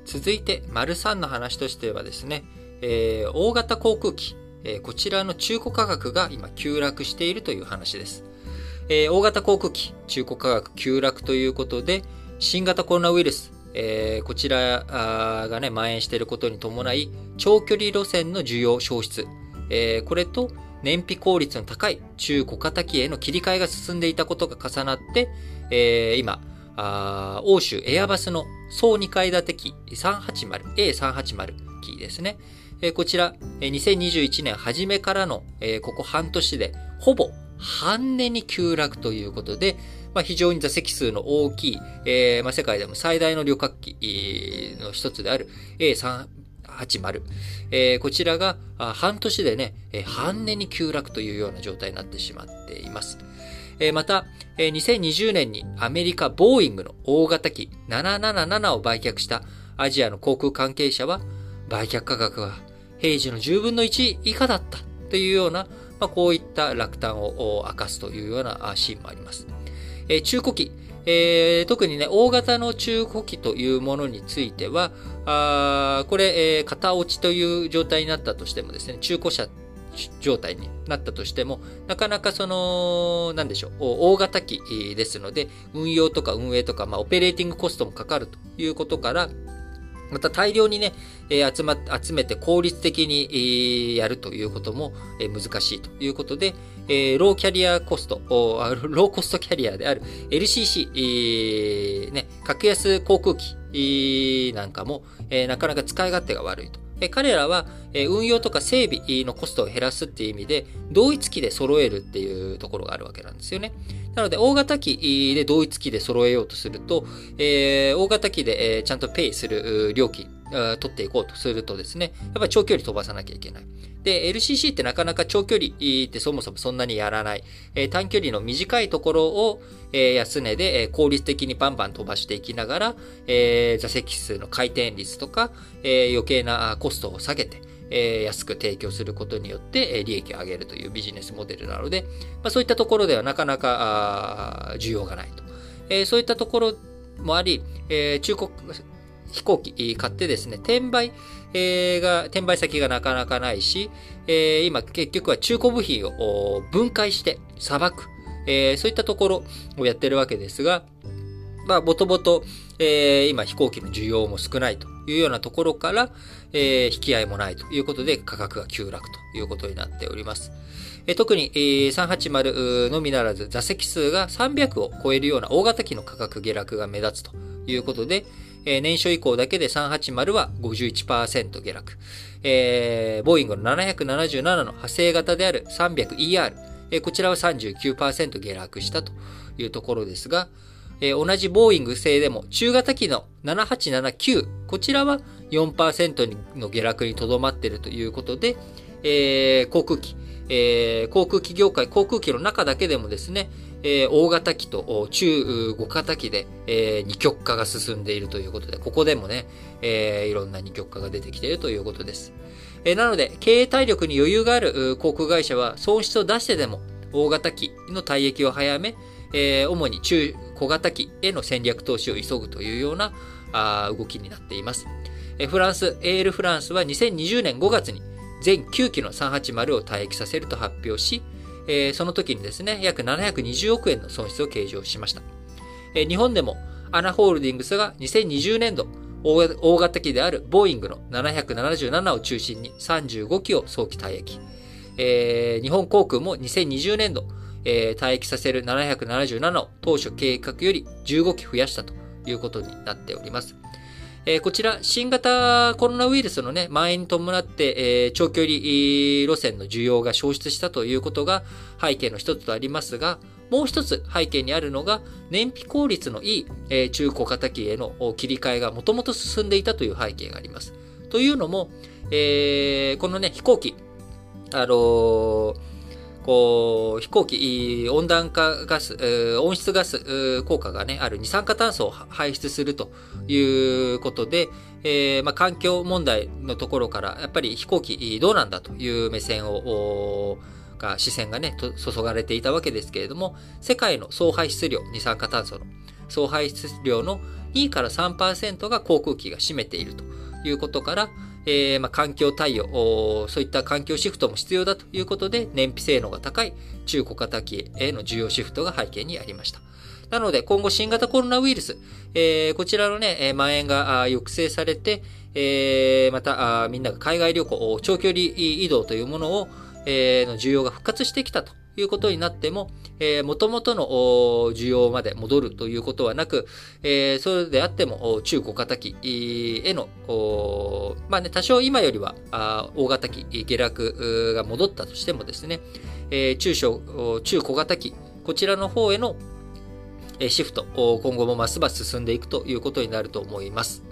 続いて、丸3の話としてはですね、大型航空機、こちらの中古価格が今急落しているという話です。大型航空機、中古価格急落ということで、新型コロナウイルス、こちらがね、蔓延していることに伴い、長距離路線の需要消失、これと燃費効率の高い中小型機への切り替えが進んでいたことが重なって、今、欧州エアバスの総2階建て機 A380 機ですね。こちら、2021年初めからの、ここ半年で、ほぼ半値に急落ということで、非常に座席数の大きい、世界でも最大の旅客機の一つである A380、こちらが半年でね、半値に急落というような状態になってしまっています。また、2020年にアメリカボーイングの大型機777を売却したアジアの航空関係者は、売却価格は平時の10分の1以下だったというような、こういった落胆を明かすというようなシーンもあります。中古機、特にね、大型の中古機というものについては、これ、型落ちという状態になったとしてもですね、中古車状態になったとしても、なかなかなんでしょう、大型機ですので、運用とか運営とか、オペレーティングコストもかかるということから、また大量にね、集めて効率的にやるということも難しいということで、ローコストキャリアである LCC、格安航空機なんかもなかなか使い勝手が悪いと。彼らは運用とか整備のコストを減らすっていう意味で同一機で揃えるっていうところがあるわけなんですよね。なので大型機で同一機で揃えようとすると、大型機でちゃんとペイする料金取っていこうとするとですね、やっぱり長距離飛ばさなきゃいけない。で、LCC ってなかなか長距離ってそもそもそんなにやらない。短距離の短いところを安値で効率的にバンバン飛ばしていきながら、座席数の回転率とか、余計なコストを下げて、安く提供することによって利益を上げるというビジネスモデルなので、そういったところではなかなか需要がないと。そういったところもあり、中古飛行機買ってですね、転売先がなかなかないし、今結局は中古部品を分解してさばく、そういったところをやってるわけですが、もともと今飛行機の需要も少ないというようなところから、引き合いもないということで価格が急落ということになっております。特に380のみならず座席数が300を超えるような大型機の価格下落が目立つということで、年初以降だけで380は 51% 下落。ボーイングの777の派生型である 300ER、こちらは 39% 下落したというところですが、同じボーイング製でも中型機の7879、こちらは 4% の下落にとどまっているということで、航空機業界、航空機の中だけでもですね、大型機と中小型機で、二極化が進んでいるということで、ここでもね、いろんな二極化が出てきているということです。なので、経営体力に余裕がある航空会社は損失を出してでも大型機の退役を早め、主に中小型機への戦略投資を急ぐというような動きになっています。エールフランスは2020年5月に全9機の380を退役させると発表し、その時にですね、約720億円の損失を計上しました。日本でもアナホールディングスが2020年度大型機であるボーイングの777を中心に35機を早期退役。日本航空も2020年度退役させる777を当初計画より15機増やしたということになっております。こちら、新型コロナウイルスのね、蔓延に伴って、長距離路線の需要が消失したということが背景の一つとありますが、もう一つ背景にあるのが、燃費効率のいい、中小型機への切り替えがもともと進んでいたという背景があります。というのも、このね、飛行機、飛行機、温暖化ガス、温室ガス効果がね、ある二酸化炭素を排出するということで、環境問題のところから、やっぱり飛行機どうなんだという目線視線がね、注がれていたわけですけれども、世界の総排出量、二酸化炭素の、 総排出量の2から 3% が航空機が占めているということから、環境対応、そういった環境シフトも必要だということで、燃費性能が高い中小型機への需要シフトが背景にありました。なので、今後新型コロナウイルス、こちらのね、蔓延が抑制されて、また、みんなが海外旅行、長距離移動というものを、の需要が復活してきたということになっても、元々の需要まで戻るということはなく、それであっても中小型機への、多少今よりは大型機下落が戻ったとしてもですね、中小型機、こちらの方へのシフト、今後もますます進んでいくということになると思います。